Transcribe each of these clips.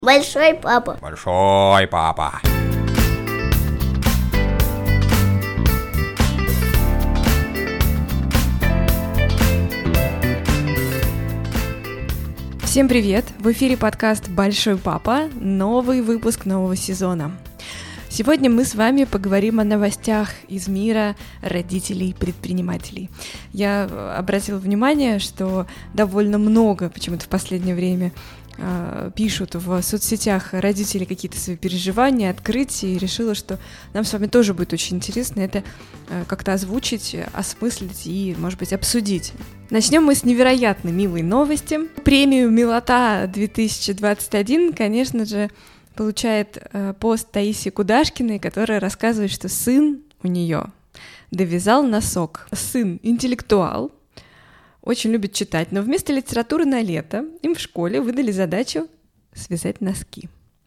Большой папа. Большой папа. Всем привет! В эфире подкаст «Большой папа», новый выпуск нового сезона. Сегодня мы с вами поговорим о новостях из мира родителей-предпринимателей. Я обратила внимание, что довольно много почему-то в последнее время пишут в соцсетях родители какие-то свои переживания, открытия, и решила, что нам с вами тоже будет очень интересно это как-то озвучить, осмыслить и, может быть, обсудить. Начнем мы с невероятно милой новости. Премию «Милота 2021», конечно же, получает пост Таисии Кудашкиной, которая рассказывает, что сын у нее довязал носок. Сын интеллектуал, очень любит читать, но вместо литературы на лето им в школе выдали задачу связать носки.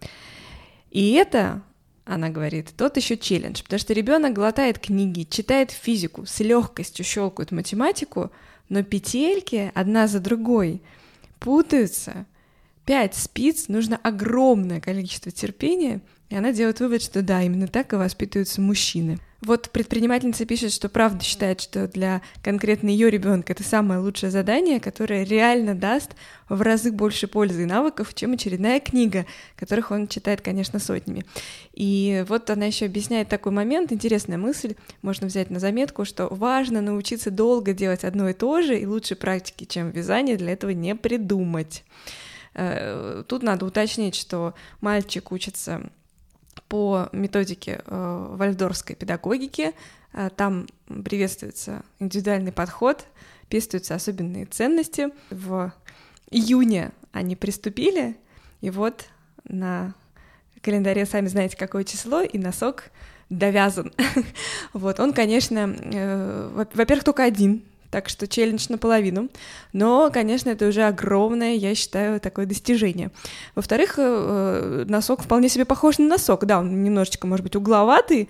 И это, она говорит, тот еще челлендж, потому что ребенок глотает книги, читает физику, с легкостью щелкает математику, но петельки одна за другой путаются. 5 спиц, нужно огромное количество терпения, и она делает вывод, что да, именно так и воспитываются мужчины. Вот предпринимательница пишет, что правда считает, что для конкретно ее ребенка это самое лучшее задание, которое реально даст в разы больше пользы и навыков, чем очередная книга, которых он читает, конечно, сотнями. И вот она еще объясняет такой момент, интересная мысль, можно взять на заметку, что важно научиться долго делать одно и то же, и лучше практики, чем вязание, для этого не придумать. Тут надо уточнить, что мальчик учится по методике вальдорфской педагогики, там приветствуется индивидуальный подход, пестуются особенные ценности. В июне они приступили, и вот на календаре, сами знаете, какое число, и носок довязан. Вот, он, конечно, во-первых, только один, так что челлендж наполовину, но, конечно, это уже огромное, я считаю, такое достижение. Во-вторых, носок вполне себе похож на носок, да, он немножечко, может быть, угловатый,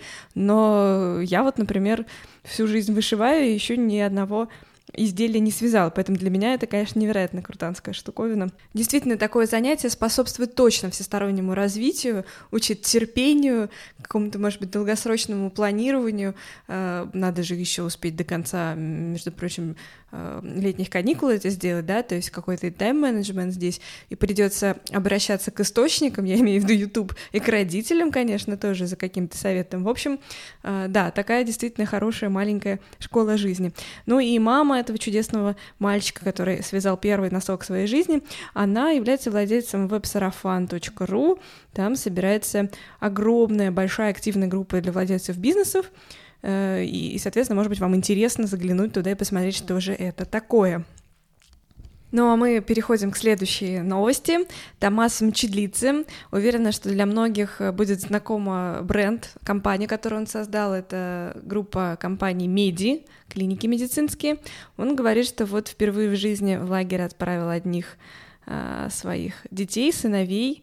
но я вот, например, всю жизнь вышиваю и еще ни одного изделия не связала, поэтому для меня это, конечно, невероятно крутанская штуковина. Действительно, такое занятие способствует точно всестороннему развитию, учит терпению, какому-то, может быть, долгосрочному планированию. Надо же еще успеть до конца, между прочим, летних каникул это сделать, да, то есть какой-то тайм-менеджмент здесь, и придется обращаться к источникам, я имею в виду YouTube, и к родителям, конечно, тоже за каким-то советом. В общем, да, такая действительно хорошая маленькая школа жизни. Ну и мама этого чудесного мальчика, который связал первый носок своей жизни, она является владельцем websarafan.ru, там собирается огромная, большая активная группа для владельцев бизнесов, и, соответственно, может быть, вам интересно заглянуть туда и посмотреть, что же это такое. Ну а мы переходим к следующей новости. Томас Мчедлидзе. Уверена, что для многих будет знакома бренд, компания, которую он создал. Это группа компаний Меди, клиники медицинские. Он говорит, что вот впервые в жизни в лагерь отправил одних своих детей, сыновей.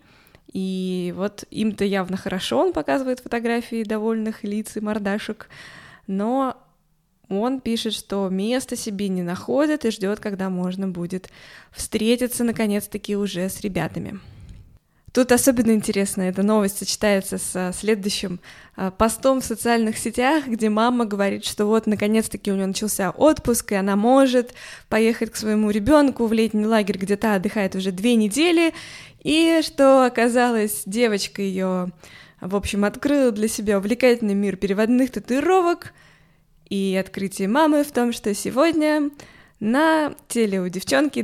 И вот им-то явно хорошо, он показывает фотографии довольных лиц и мордашек, но он пишет, что места себе не находит и ждет, когда можно будет встретиться наконец-таки уже с ребятами. Тут особенно интересно, эта новость сочетается со следующим постом в социальных сетях, где мама говорит, что вот наконец-таки у нее начался отпуск, и она может поехать к своему ребенку в летний лагерь, где та отдыхает уже 2 недели, и что оказалось, девочка ее, в общем, открыла для себя увлекательный мир переводных татуировок, и открытие мамы в том, что сегодня на теле у девчонки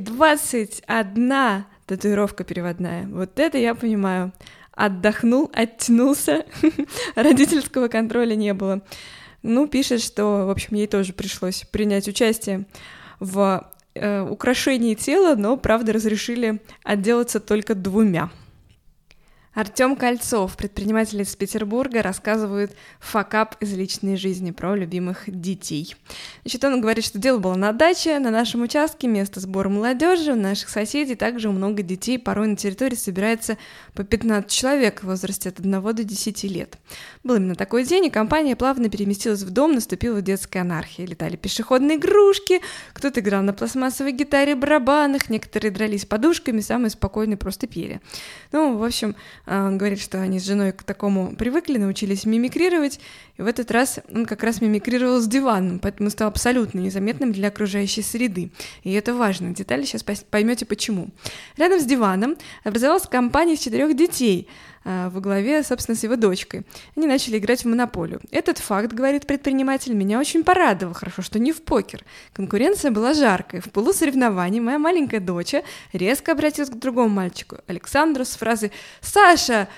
21 татуировка переводная. Вот это я понимаю. Отдохнул, оттянулся, родительского контроля не было. Ну, пишет, что, в общем, ей тоже пришлось принять участие в украшении тела, но, правда, разрешили отделаться только 2. Артём Кольцов, предприниматель из Петербурга, рассказывает факап из личной жизни про любимых детей. Значит, он говорит, что дело было на даче, на нашем участке, место сбора молодежи, у наших соседей также много детей, порой на территории собирается по 15 человек в возрасте от 1 до 10 лет. Был именно такой день, и компания плавно переместилась в дом, наступила детская анархия. Летали пешеходные игрушки, кто-то играл на пластмассовой гитаре, барабанах, некоторые дрались подушками, самые спокойные просто пели. Ну, в общем, он говорит, что они с женой к такому привыкли, научились мимикрировать, и в этот раз он как раз мимикрировал с диваном, поэтому стал абсолютно незаметным для окружающей среды. И это важно, детали сейчас поймете почему. Рядом с диваном образовалась компания из 4 детей, во главе, собственно, с его дочкой. Они начали играть в монополию. Этот факт, говорит предприниматель, меня очень порадовал. Хорошо, что не в покер. Конкуренция была жаркой. В пылу соревнований моя маленькая доча резко обратилась к другому мальчику, Александру, с фразой «Саша,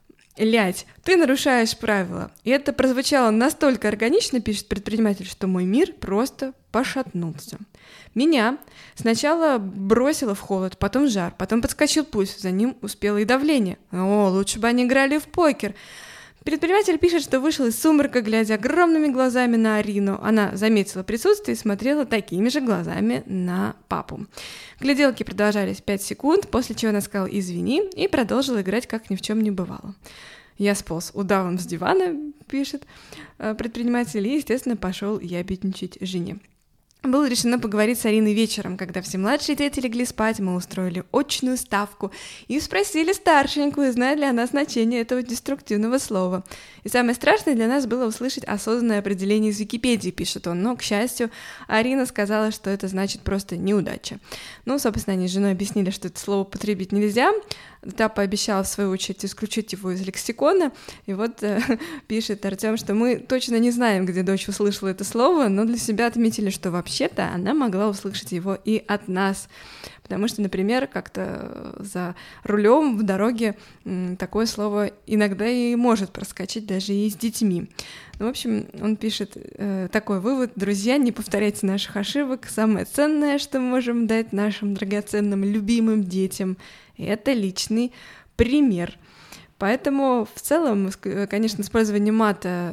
лядь, ты нарушаешь правила». И это прозвучало настолько органично, пишет предприниматель, что мой мир просто пошатнулся. Меня сначала бросило в холод, потом в жар, потом подскочил пульс, за ним успело и давление. О, лучше бы они играли в покер. Предприниматель пишет, что вышел из сумрака, глядя огромными глазами на Арину. Она заметила присутствие и смотрела такими же глазами на папу. Гляделки продолжались 5 секунд, после чего она сказала «извини» и продолжила играть, как ни в чем не бывало. Я сполз удавом с дивана, пишет предприниматель, и, естественно, пошел ябедничать жене. Было решено поговорить с Ариной вечером, когда все младшие дети легли спать, мы устроили очную ставку и спросили старшенькую, знает ли она значение этого деструктивного слова. И самое страшное для нас было услышать осознанное определение из Википедии, пишет он, но, к счастью, Арина сказала, что это значит просто неудача. Ну, собственно, они с женой объяснили, что это слово употребить нельзя, та пообещала, в свою очередь, исключить его из лексикона, и вот пишет Артём, что мы точно не знаем, где дочь услышала это слово, но для себя отметили, что вообще-то она могла услышать его и от нас, потому что, например, как-то за рулем в дороге такое слово иногда и может проскочить даже и с детьми. Ну, в общем, он пишет такой вывод: друзья, не повторяйте наших ошибок, самое ценное, что мы можем дать нашим драгоценным, любимым детям, это личный пример. Поэтому в целом, конечно, использование мата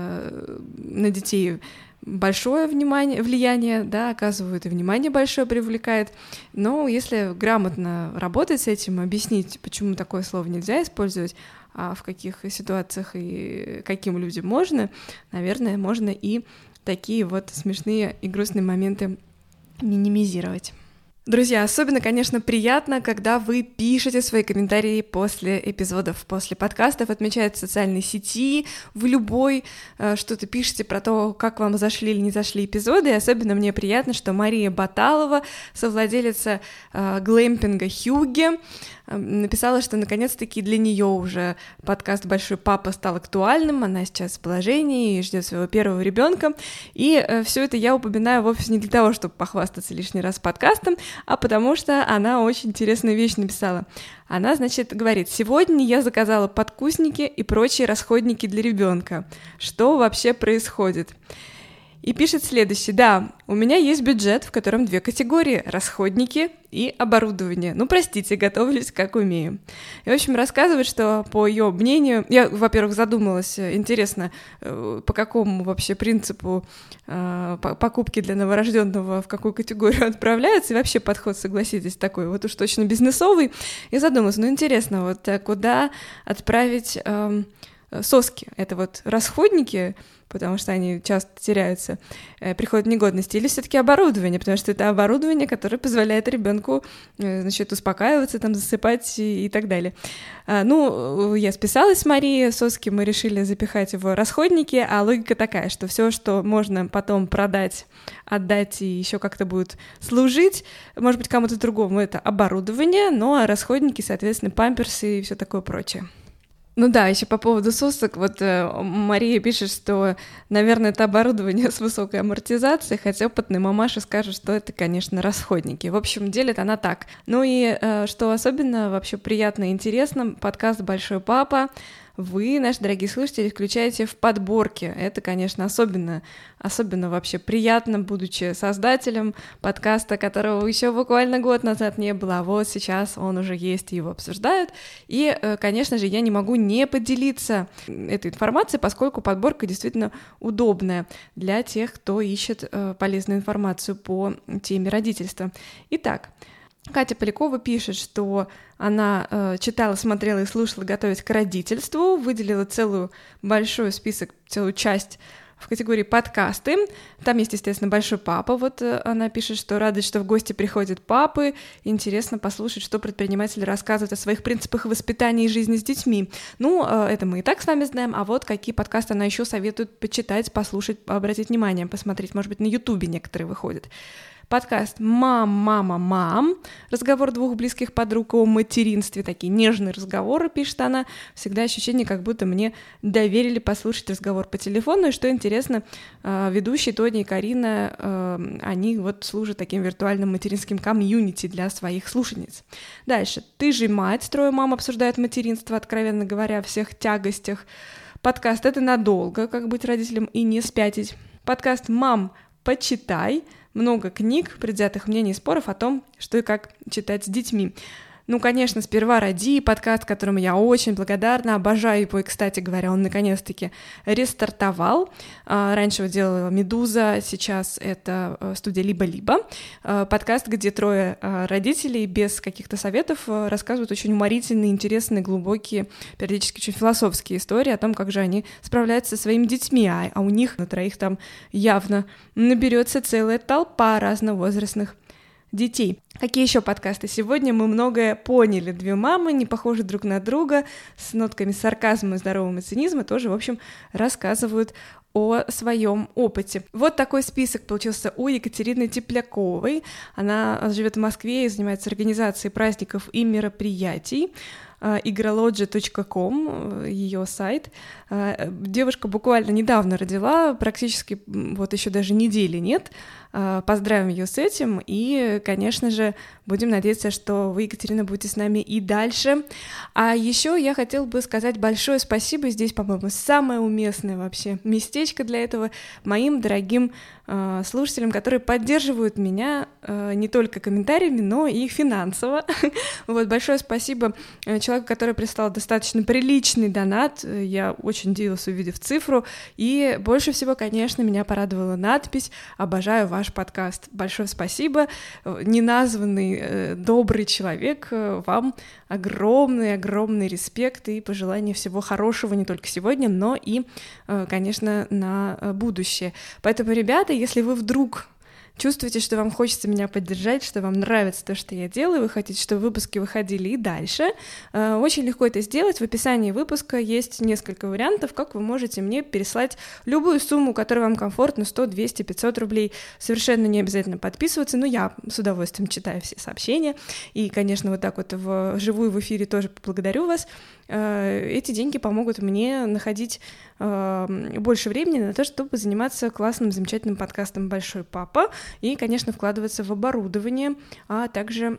на детей большое влияние, да, оказывает, и внимание большое привлекает, но если грамотно работать с этим, объяснить, почему такое слово нельзя использовать, а в каких ситуациях и каким людям можно, наверное, можно и такие вот смешные и грустные моменты минимизировать. Друзья, особенно, конечно, приятно, когда вы пишете свои комментарии после эпизодов, после подкастов, отмечаете в социальной сети, в любой, что-то пишете про то, как вам зашли или не зашли эпизоды, и особенно мне приятно, что Мария Баталова, совладелица глэмпинга Хюгге, написала, что наконец-таки для нее уже подкаст «Большой папа» стал актуальным, она сейчас в положении и ждет своего первого ребенка, и все это я упоминаю вовсе не для того, чтобы похвастаться лишний раз подкастом, а потому что она очень интересную вещь написала. Она, значит, говорит: «Сегодня я заказала подкусники и прочие расходники для ребенка. Что вообще происходит?» И пишет следующее: «Да, у меня есть бюджет, в котором 2 категории – расходники и оборудование. Ну, простите, готовлюсь как умею». И, в общем, рассказывает, что, по ее мнению, я, во-первых, задумалась, интересно, по какому вообще принципу покупки для новорожденного в какую категорию отправляются, и вообще подход, согласитесь, такой вот уж точно бизнесовый. И задумалась, ну, интересно, вот куда отправить соски? Это вот расходники, потому что они часто теряются, приходят в негодность, или все-таки оборудование, потому что это оборудование, которое позволяет ребенку, значит, успокаиваться, там, засыпать и так далее. Ну, я списалась с Марией, соски мы решили запихать в расходники, а логика такая, что все, что можно потом продать, отдать и еще как-то будет служить, может быть, кому-то другому, это оборудование, ну а расходники, соответственно, памперсы и все такое прочее. Ну да, еще по поводу сосок, вот Мария пишет, что, наверное, это оборудование с высокой амортизацией, хотя опытная мамаша скажет, что это, конечно, расходники. В общем, делит она так. Ну и что особенно вообще приятно и интересно, подкаст «Большой папа» вы, наши дорогие слушатели, включаете в подборки. Это, конечно, особенно вообще приятно, будучи создателем подкаста, которого еще буквально год назад не было, а вот сейчас он уже есть, его обсуждают. И, конечно же, я не могу не поделиться этой информацией, поскольку подборка действительно удобная для тех, кто ищет полезную информацию по теме родительства. Итак, Катя Полякова пишет, что она читала, смотрела и слушала «Готовить к родительству», выделила целую большой список, целую часть в категории подкасты. Там есть, естественно, «Большой папа». Вот она пишет, что рада, что в гости приходят папы. Интересно послушать, что предприниматели рассказывают о своих принципах воспитания и жизни с детьми. Ну, это мы и так с вами знаем. А вот какие подкасты она еще советует почитать, послушать, обратить внимание, посмотреть. Может быть, на Ютубе некоторые выходят. Подкаст «Мам, мама, мам». Разговор двух близких подруг о материнстве. Такие нежные разговоры, пишет она. Всегда ощущение, как будто мне доверили послушать разговор по телефону. И что интересно, ведущие Тоня и Карина, они вот служат таким виртуальным материнским комьюнити для своих слушательниц. Дальше. «Ты же мать». Трое мам обсуждают материнство, откровенно говоря, о всех тягостях. Подкаст «Это надолго. Как быть родителем и не спятить». Подкаст «Мам, почитай». Много книг, предвзятых мнений и споров о том, что и как читать с детьми. Ну, конечно, «Сперва роди», подкаст, которому я очень благодарна, обожаю его, и, кстати говоря, он наконец-таки рестартовал. Раньше его делала «Медуза», сейчас это студия «Либо-либо». Подкаст, где трое родителей без каких-то советов рассказывают очень уморительные, интересные, глубокие, периодически очень философские истории о том, как же они справляются со своими детьми, а у них на троих там явно наберется целая толпа разновозрастных детей. Какие еще подкасты? Сегодня мы многое поняли. Две мамы, не похожи друг на друга, с нотками сарказма и здорового цинизма, тоже, в общем, рассказывают о своем опыте. Вот такой список получился у Екатерины Тепляковой. Она живет в Москве и занимается организацией праздников и мероприятий. Igrology.com, ее сайт. Девушка буквально недавно родила, практически вот еще даже недели нет. Поздравим ее с этим, и, конечно же, будем надеяться, что вы, Екатерина, будете с нами и дальше. А еще я хотела бы сказать большое спасибо, здесь, по-моему, самое уместное вообще местечко для этого, моим дорогим слушателям, которые поддерживают меня не только комментариями, но и финансово. Вот, большое спасибо человеку, который прислал достаточно приличный донат. Я очень удивилась, увидев цифру. И больше всего, конечно, меня порадовала надпись «Обожаю ваш подкаст». Большое спасибо. Неназванный добрый человек, вам огромный респект и пожелание всего хорошего не только сегодня, но и, конечно, на будущее. Поэтому, ребята, если вы вдруг чувствуете, что вам хочется меня поддержать, что вам нравится то, что я делаю, вы хотите, чтобы выпуски выходили и дальше, очень легко это сделать. В описании выпуска есть несколько вариантов, как вы можете мне переслать любую сумму, которая вам комфортна, 100, 200, 500 рублей. Совершенно не обязательно подписываться, но я с удовольствием читаю все сообщения. И, конечно, вот так вот вживую в эфире тоже поблагодарю вас. Эти деньги помогут мне находить больше времени на то, чтобы заниматься классным, замечательным подкастом «Большой папа» и, конечно, вкладываться в оборудование, а также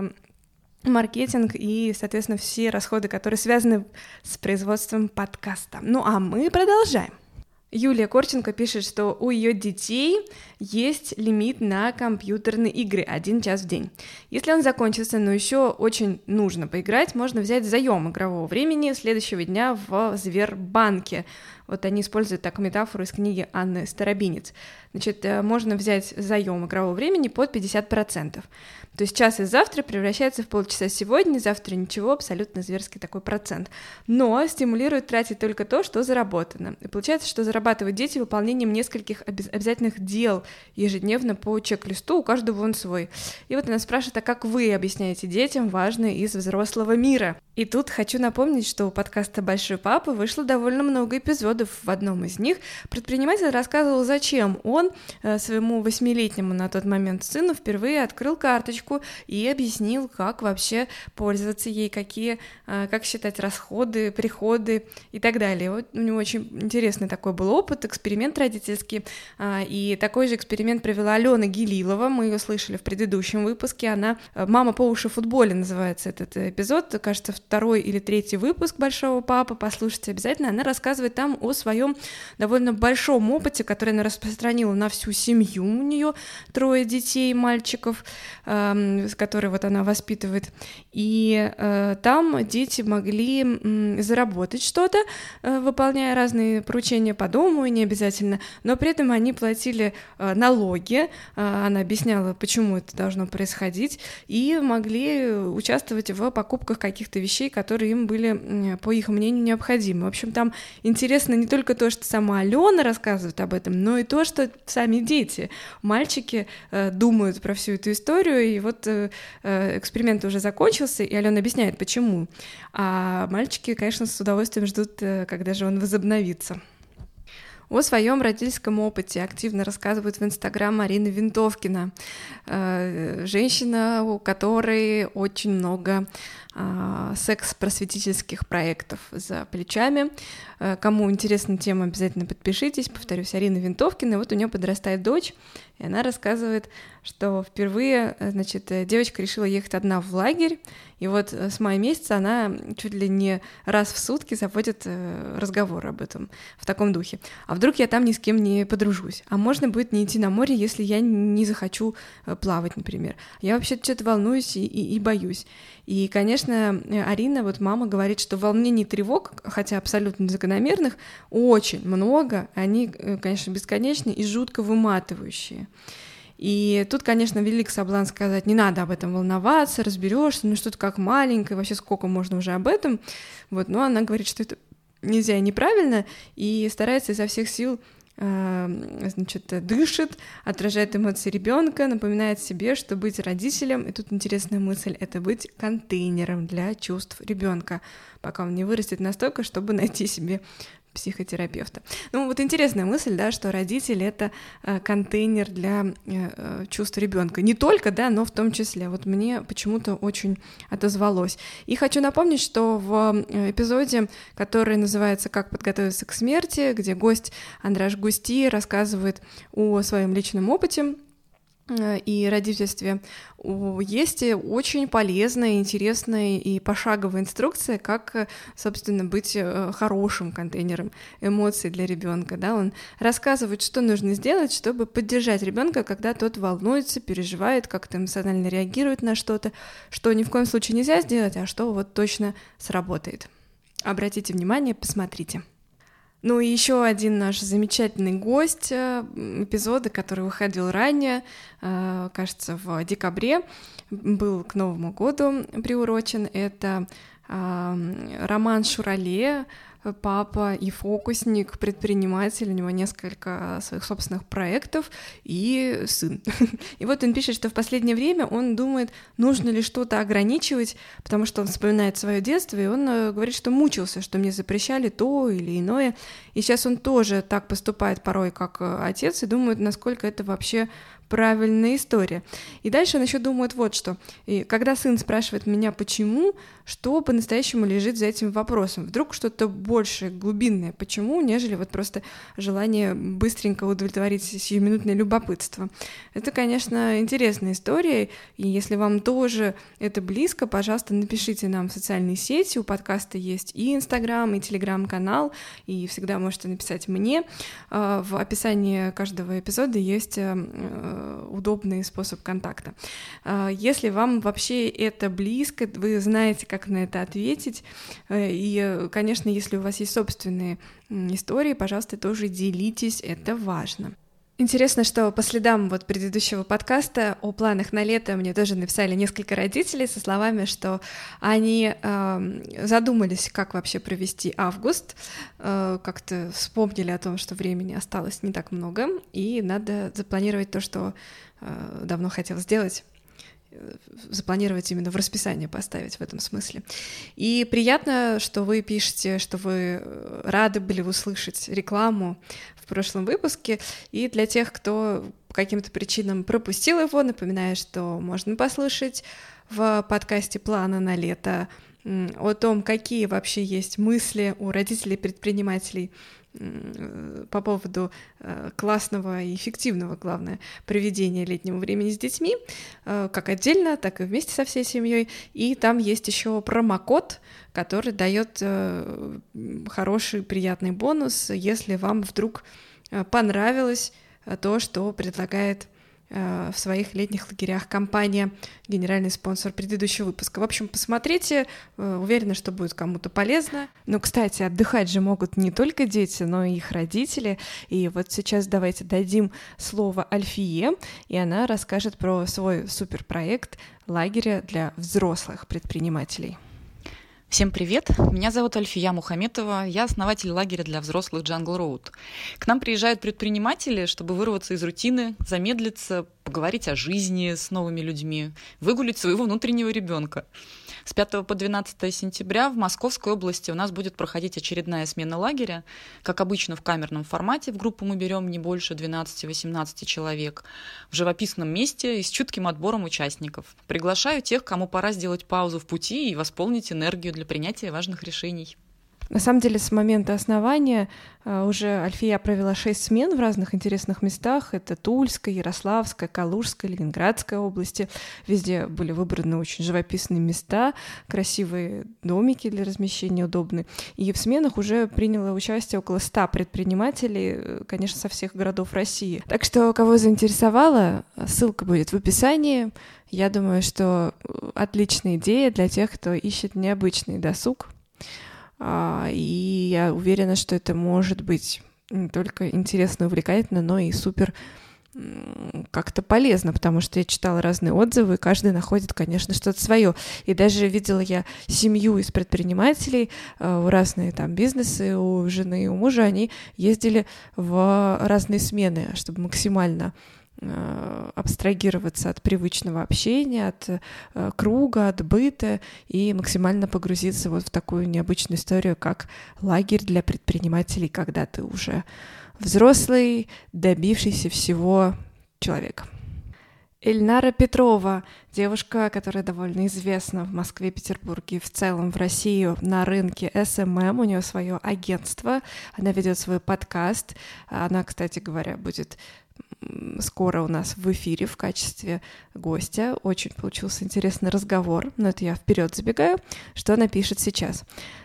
маркетинг и, соответственно, все расходы, которые связаны с производством подкаста. Ну, а мы продолжаем. Юлия Корченко пишет, что у ее детей есть лимит на компьютерные игры 1 час в день. Если он закончится, но еще очень нужно поиграть, можно взять заем игрового времени следующего дня в Сбербанке. Вот они используют такую метафору из книги Анны Старобинец. Значит, можно взять заем игрового времени под 50%. То есть час из завтра превращается в полчаса сегодня, завтра ничего, абсолютно зверский такой процент. Но стимулирует тратить только то, что заработано. И получается, что зарабатывают дети выполнением нескольких обязательных дел ежедневно по чек-листу, у каждого он свой. И вот она спрашивает, а как вы объясняете детям важное из взрослого мира? И тут хочу напомнить, что у подкаста «Большой папа» вышло довольно много эпизодов эпизодов в одном из них предприниматель рассказывал, зачем он своему 8-летнему на тот момент сыну впервые открыл карточку и объяснил, как вообще пользоваться ей, как считать расходы, приходы и так далее. Вот у него очень интересный такой был опыт, эксперимент родительский, и такой же эксперимент провела Алена Гилилова, мы ее слышали в предыдущем выпуске, она «Мама по уши в футболе» называется этот эпизод, кажется, 2-й или 3-й выпуск «Большого папы», послушайте обязательно, она рассказывает там о своем довольно большом опыте, который она распространила на всю семью, у нее 3 детей, мальчиков, которые вот она воспитывает, и там дети могли заработать что-то, выполняя разные поручения по дому, и не обязательно, но при этом они платили налоги, она объясняла, почему это должно происходить, и могли участвовать в покупках каких-то вещей, которые им были, по их мнению, необходимы. В общем, там интересно не только то, что сама Алена рассказывает об этом, но и то, что сами дети, мальчики думают про всю эту историю, и вот эксперимент уже закончился, и Алена объясняет, почему. А мальчики, конечно, с удовольствием ждут, когда же он возобновится. О своем родительском опыте активно рассказывает в Инстаграм Марина Винтовкина, женщина, у которой очень много секс-просветительских проектов за плечами. Кому интересна тема, обязательно подпишитесь. Повторюсь, Арина Винтовкина. Вот у нее подрастает дочь, и она рассказывает, что впервые, значит, девочка решила ехать одна в лагерь, и вот с мая месяца она чуть ли не раз в сутки заводит разговор об этом в таком духе. А вдруг я там ни с кем не подружусь? А можно будет не идти на море, если я не захочу плавать, например? Я вообще что-то волнуюсь и боюсь. И, конечно, Арина, вот мама, говорит, что волнений и тревог, хотя абсолютно закономерных, очень много, они, конечно, бесконечны и жутко выматывающие. И тут, конечно, велик соблазн сказать, не надо об этом волноваться, разберешься, ну что-то как маленькое, вообще сколько можно уже об этом. Вот, но она говорит, что это нельзя и неправильно, и старается изо всех сил, значит, дышит, отражает эмоции ребенка, напоминает себе, что быть родителем, и тут интересная мысль, это быть контейнером для чувств ребенка, пока он не вырастет настолько, чтобы найти себе психотерапевта. Ну вот интересная мысль, да, что родитель — это контейнер для чувств ребенка. Не только, да, но в том числе. Вот мне почему-то очень отозвалось. И хочу напомнить, что в эпизоде, который называется «Как подготовиться к смерти», где гость Андраш Густи рассказывает о своем личном опыте и родительстве, есть очень полезная, интересная и пошаговая инструкция, как, собственно, быть хорошим контейнером эмоций для ребенка. Да? Он рассказывает, что нужно сделать, чтобы поддержать ребенка, когда тот волнуется, переживает, как-то эмоционально реагирует на что-то, что ни в коем случае нельзя сделать, а что вот точно сработает. Обратите внимание, посмотрите. Ну и еще один наш замечательный гость эпизода, который выходил ранее, кажется, в декабре, был к Новому году приурочен. Это Роман Шурале, папа и фокусник, предприниматель, у него несколько своих собственных проектов и сын. И вот он пишет, что в последнее время он думает, нужно ли что-то ограничивать, потому что он вспоминает свое детство, и он говорит, что мучился, что мне запрещали то или иное. И сейчас он тоже так поступает порой, как отец, и думает, насколько это вообще правильная история. И дальше он еще думает вот что. И когда сын спрашивает меня, почему, что по-настоящему лежит за этим вопросом? Вдруг что-то большее, глубинное, почему, нежели вот просто желание быстренько удовлетворить сиюминутное любопытство. Это, конечно, интересная история, и если вам тоже это близко, пожалуйста, напишите нам в социальные сети, у подкаста есть и Инстаграм, и Телеграм-канал, и всегда можете написать мне. В описании каждого эпизода есть удобный способ контакта. Если вам вообще это близко, вы знаете, как на это ответить, и, конечно, если у вас есть собственные истории, пожалуйста, тоже делитесь, это важно. Интересно, что по следам вот предыдущего подкаста о планах на лето мне тоже написали несколько родителей со словами, что они задумались, как вообще провести август, как-то вспомнили о том, что времени осталось не так много, и надо запланировать то, что давно хотел сделать. запланировать именно в расписание, поставить в этом смысле. И приятно, что вы пишете, что вы рады были услышать рекламу в прошлом выпуске. И для тех, кто по каким-то причинам пропустил его, напоминаю, что можно послушать в подкасте «Планы на лето» о том, какие вообще есть мысли у родителей-предпринимателей по поводу классного и эффективного, главное, проведения летнего времени с детьми, как отдельно, так и вместе со всей семьей. И там есть еще промокод, который дает хороший, приятный бонус, если вам вдруг понравилось то, что предлагает в своих летних лагерях компания, генеральный спонсор предыдущего выпуска. В общем, посмотрите, уверена, что будет кому-то полезно. Ну, кстати, отдыхать же могут не только дети, но и их родители. И вот сейчас давайте дадим слово Альфие, и она расскажет про свой суперпроект лагеря для взрослых предпринимателей. Всем привет! Меня зовут Альфия Мухаметова, я основатель лагеря для взрослых Jungle Road. К нам приезжают предприниматели, чтобы вырваться из рутины, замедлиться, поговорить о жизни с новыми людьми, выгулить своего внутреннего ребенка. С 5 по 12 сентября в Московской области у нас будет проходить очередная смена лагеря. Как обычно, в камерном формате в группу мы берем не больше 12-18 человек. В живописном месте и с чутким отбором участников. Приглашаю тех, кому пора сделать паузу в пути и восполнить энергию для принятия важных решений. На самом деле, с момента основания уже Альфия провела 6 смен в разных интересных местах. Это Тульская, Ярославская, Калужская, Ленинградская области. Везде были выбраны очень живописные места, красивые домики для размещения удобные. И в сменах уже приняло участие около 100 предпринимателей, конечно, со всех городов России. Так что, кого заинтересовало, ссылка будет в описании. Я думаю, что отличная идея для тех, кто ищет необычный досуг. И я уверена, что это может быть не только интересно и увлекательно, но и супер как-то полезно, потому что я читала разные отзывы, и каждый находит, конечно, что-то свое. И даже видела я семью из предпринимателей, разные там бизнесы у жены и у мужа, они ездили в разные смены, чтобы максимально абстрагироваться от привычного общения, от круга, от быта и максимально погрузиться вот в такую необычную историю, как лагерь для предпринимателей, когда ты уже взрослый, добившийся всего человек. Эльнара Петрова, девушка, которая довольно известна в Москве, Петербурге и в целом в России на рынке SMM. У нее свое агентство, она ведет свой подкаст. Она, кстати говоря, будет скоро у нас в эфире в качестве гостя. Очень получился интересный разговор, но это я вперед забегаю. Что она пишет сейчас?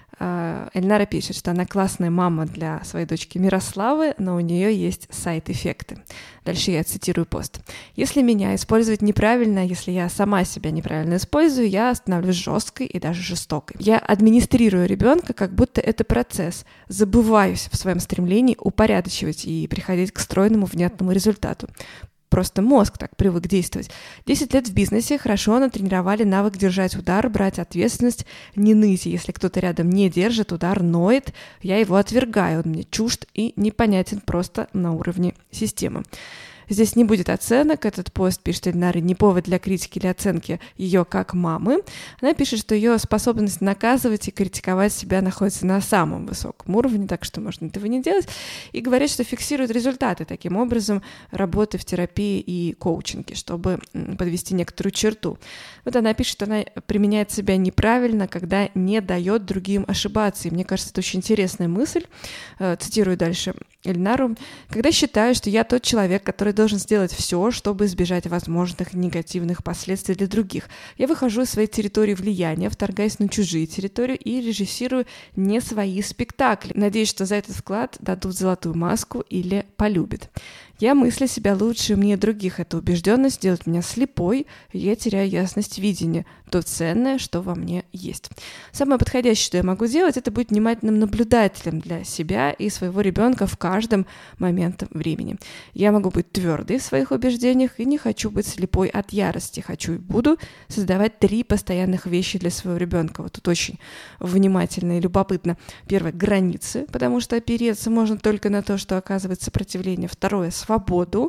Эльнара пишет, что она классная мама для своей дочки Мирославы, но у нее есть сайд-эффекты. Дальше я цитирую пост. «Если меня использовать неправильно, если я сама себя неправильно использую, я становлюсь жесткой и даже жестокой. Я администрирую ребенка, как будто это процесс, забываюсь в своем стремлении упорядочивать и приходить к стройному, внятному результату. Просто мозг так привык действовать. 10 лет в бизнесе хорошо натренировали навык держать удар, брать ответственность, не ныть. Если кто-то рядом не держит, удар ноет, я его отвергаю, он мне чужд и непонятен просто на уровне системы. Здесь не будет оценок. Этот пост, пишет Эльнара, не повод для критики или оценки ее как мамы. Она пишет, что ее способность наказывать и критиковать себя находится на самом высоком уровне, так что можно этого не делать. И говорит, что фиксирует результаты таким образом работы в терапии и коучинге, чтобы подвести некоторую черту. Вот она пишет, что она применяет себя неправильно, когда не дает другим ошибаться. И мне кажется, это очень интересная мысль. Цитирую дальше Эльнару. «Когда считаю, что я тот человек, который должен сделать все, чтобы избежать возможных негативных последствий для других. Я выхожу из своей территории влияния, вторгаюсь на чужие территории и режиссирую не свои спектакли. Надеюсь, что за этот вклад дадут золотую маску или полюбят. Я мыслю себя лучше мне других. Эта убежденность делает меня слепой, и я теряю ясность видения, то ценное, что во мне есть. Самое подходящее, что я могу делать, это быть внимательным наблюдателем для себя и своего ребенка в каждом момент времени. Я могу быть твердой в своих убеждениях и не хочу быть слепой от ярости. Хочу и буду создавать 3 постоянных вещи для своего ребенка. Вот тут очень внимательно и любопытно. Первое — границы, потому что опереться можно только на то, что оказывает сопротивление. Второе — свободу.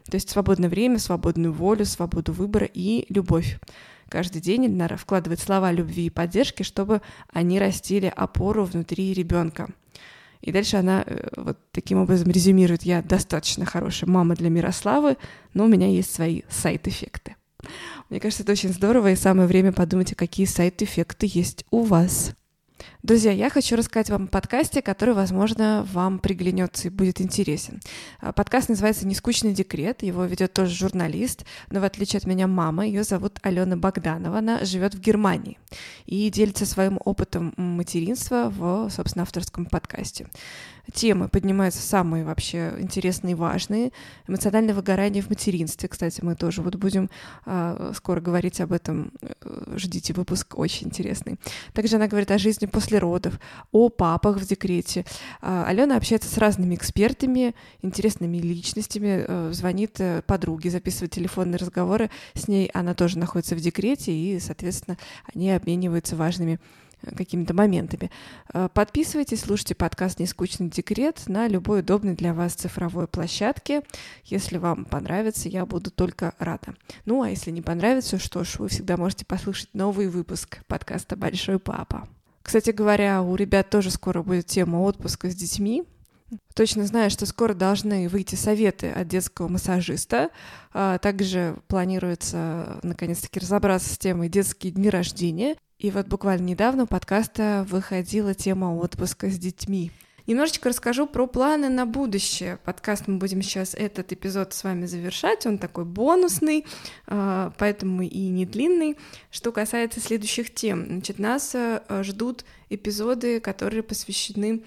То есть свободное время, свободную волю, свободу выбора и любовь. Каждый день Ильнара вкладывает слова любви и поддержки, чтобы они растили опору внутри ребенка. И дальше она вот таким образом резюмирует: я достаточно хорошая мама для Мирославы, но у меня есть свои сайд-эффекты. Мне кажется, это очень здорово, и самое время подумать, какие сайд-эффекты есть у вас. Друзья, я хочу рассказать вам о подкасте, который, возможно, вам приглянется и будет интересен. Подкаст называется «Нескучный декрет», его ведет тоже журналист, но в отличие от меня мама, ее зовут Алена Богданова, она живет в Германии и делится своим опытом материнства в, собственно, авторском подкасте. Темы поднимаются самые вообще интересные и важные. Эмоциональное выгорание в материнстве, кстати, мы тоже вот будем скоро говорить об этом. Ждите, выпуск очень интересный. Также она говорит о жизни после родов, о папах в декрете. Алена общается с разными экспертами, интересными личностями, звонит подруге, записывает телефонные разговоры с ней. Она тоже находится в декрете, и, соответственно, они обмениваются важными какими-то моментами. Подписывайтесь, слушайте подкаст «Нескучный декрет» на любой удобной для вас цифровой площадке. Если вам понравится, я буду только рада. Ну, а если не понравится, что ж, вы всегда можете послушать новый выпуск подкаста «Большой папа». Кстати говоря, у ребят тоже скоро будет тема отпуска с детьми. Точно знаю, что скоро должны выйти советы от детского массажиста. Также планируется наконец-таки разобраться с темой «Детские дни рождения». И вот буквально недавно у подкаста выходила тема отпуска с детьми. Немножечко расскажу про планы на будущее. Подкаст мы будем сейчас, этот эпизод с вами завершать. Он такой бонусный, поэтому и не длинный. Что касается следующих тем. Значит, нас ждут эпизоды, которые посвящены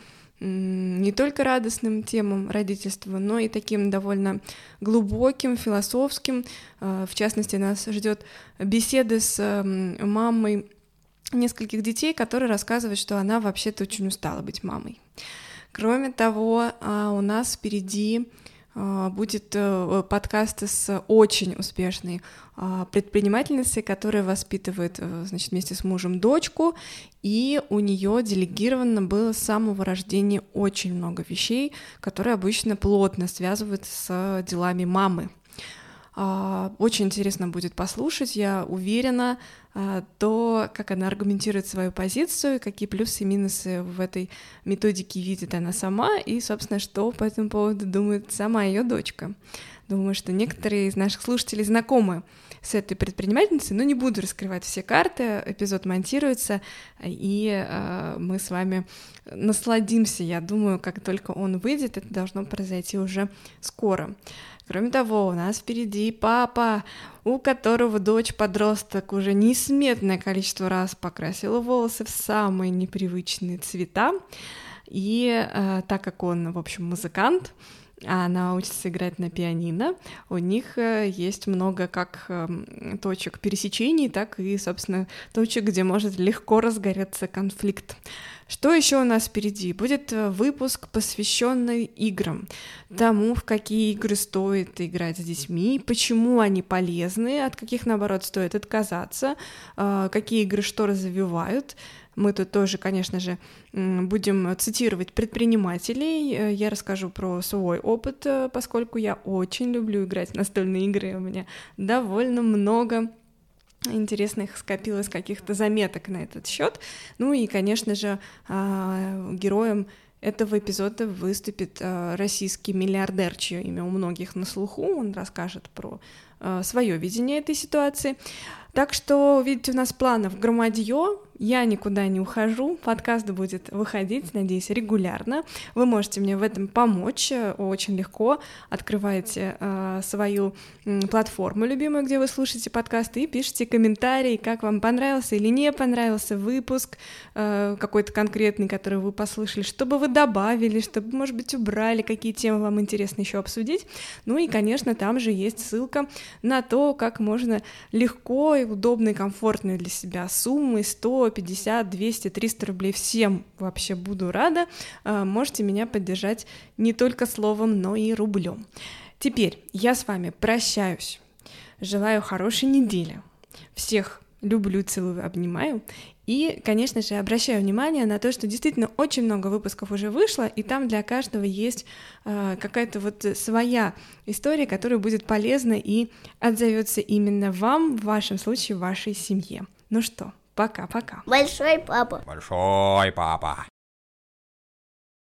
не только радостным темам родительства, но и таким довольно глубоким, философским. В частности, нас ждет беседа с мамой нескольких детей, которая рассказывает, что она вообще-то очень устала быть мамой. Кроме того, у нас впереди будет подкаст с очень успешной предпринимательницей, которая воспитывает, значит, вместе с мужем дочку, и у нее делегировано было с самого рождения очень много вещей, которые обычно плотно связывают с делами мамы. Очень интересно будет послушать, я уверена, то, как она аргументирует свою позицию, какие плюсы и минусы в этой методике видит она сама, и, собственно, что по этому поводу думает сама ее дочка. Думаю, что некоторые из наших слушателей знакомы с этой предпринимательницей, но не буду раскрывать все карты, эпизод монтируется, и мы с вами насладимся, я думаю, как только он выйдет, это должно произойти уже скоро. Кроме того, у нас впереди папа, у которого дочь-подросток уже несметное количество раз покрасила волосы в самые непривычные цвета. И так как он, в общем, музыкант, а она учится играть на пианино, у них есть много как точек пересечений, так и, собственно, точек, где может легко разгореться конфликт. Что еще у нас впереди? Будет выпуск, посвященный играм, тому, в какие игры стоит играть с детьми, почему они полезны, от каких, наоборот, стоит отказаться, какие игры что развивают. Мы тут тоже, конечно же, будем цитировать предпринимателей. Я расскажу про свой опыт, поскольку я очень люблю играть в настольные игры. У меня довольно много интересных скопилось каких-то заметок на этот счет. Ну и, конечно же, героем этого эпизода выступит российский миллиардер, чье имя у многих на слуху. Он расскажет про свое видение этой ситуации. Так что, видите, у нас планов громадье, я никуда не ухожу, подкаст будет выходить, надеюсь, регулярно. Вы можете мне в этом помочь очень легко. Открываете свою платформу любимую, где вы слушаете подкасты, и пишите комментарии, как вам понравился или не понравился выпуск какой-то конкретный, который вы послушали, чтобы вы добавили, чтобы, может быть, убрали, какие темы вам интересно еще обсудить. Ну и, конечно, там же есть ссылка на то, как можно легко и удобно и комфортно для себя суммы 100, 50, 200, 300 рублей. Всем вообще буду рада. Можете меня поддержать не только словом, но и рублем. Теперь я с вами прощаюсь. Желаю хорошей недели. Всех люблю, целую, обнимаю. И, конечно же, обращаю внимание на то, что действительно очень много выпусков уже вышло, и там для каждого есть какая-то вот своя история, которая будет полезна и отзовется именно вам, в вашем случае, в вашей семье. Ну что, пока-пока. Большой папа. Большой папа.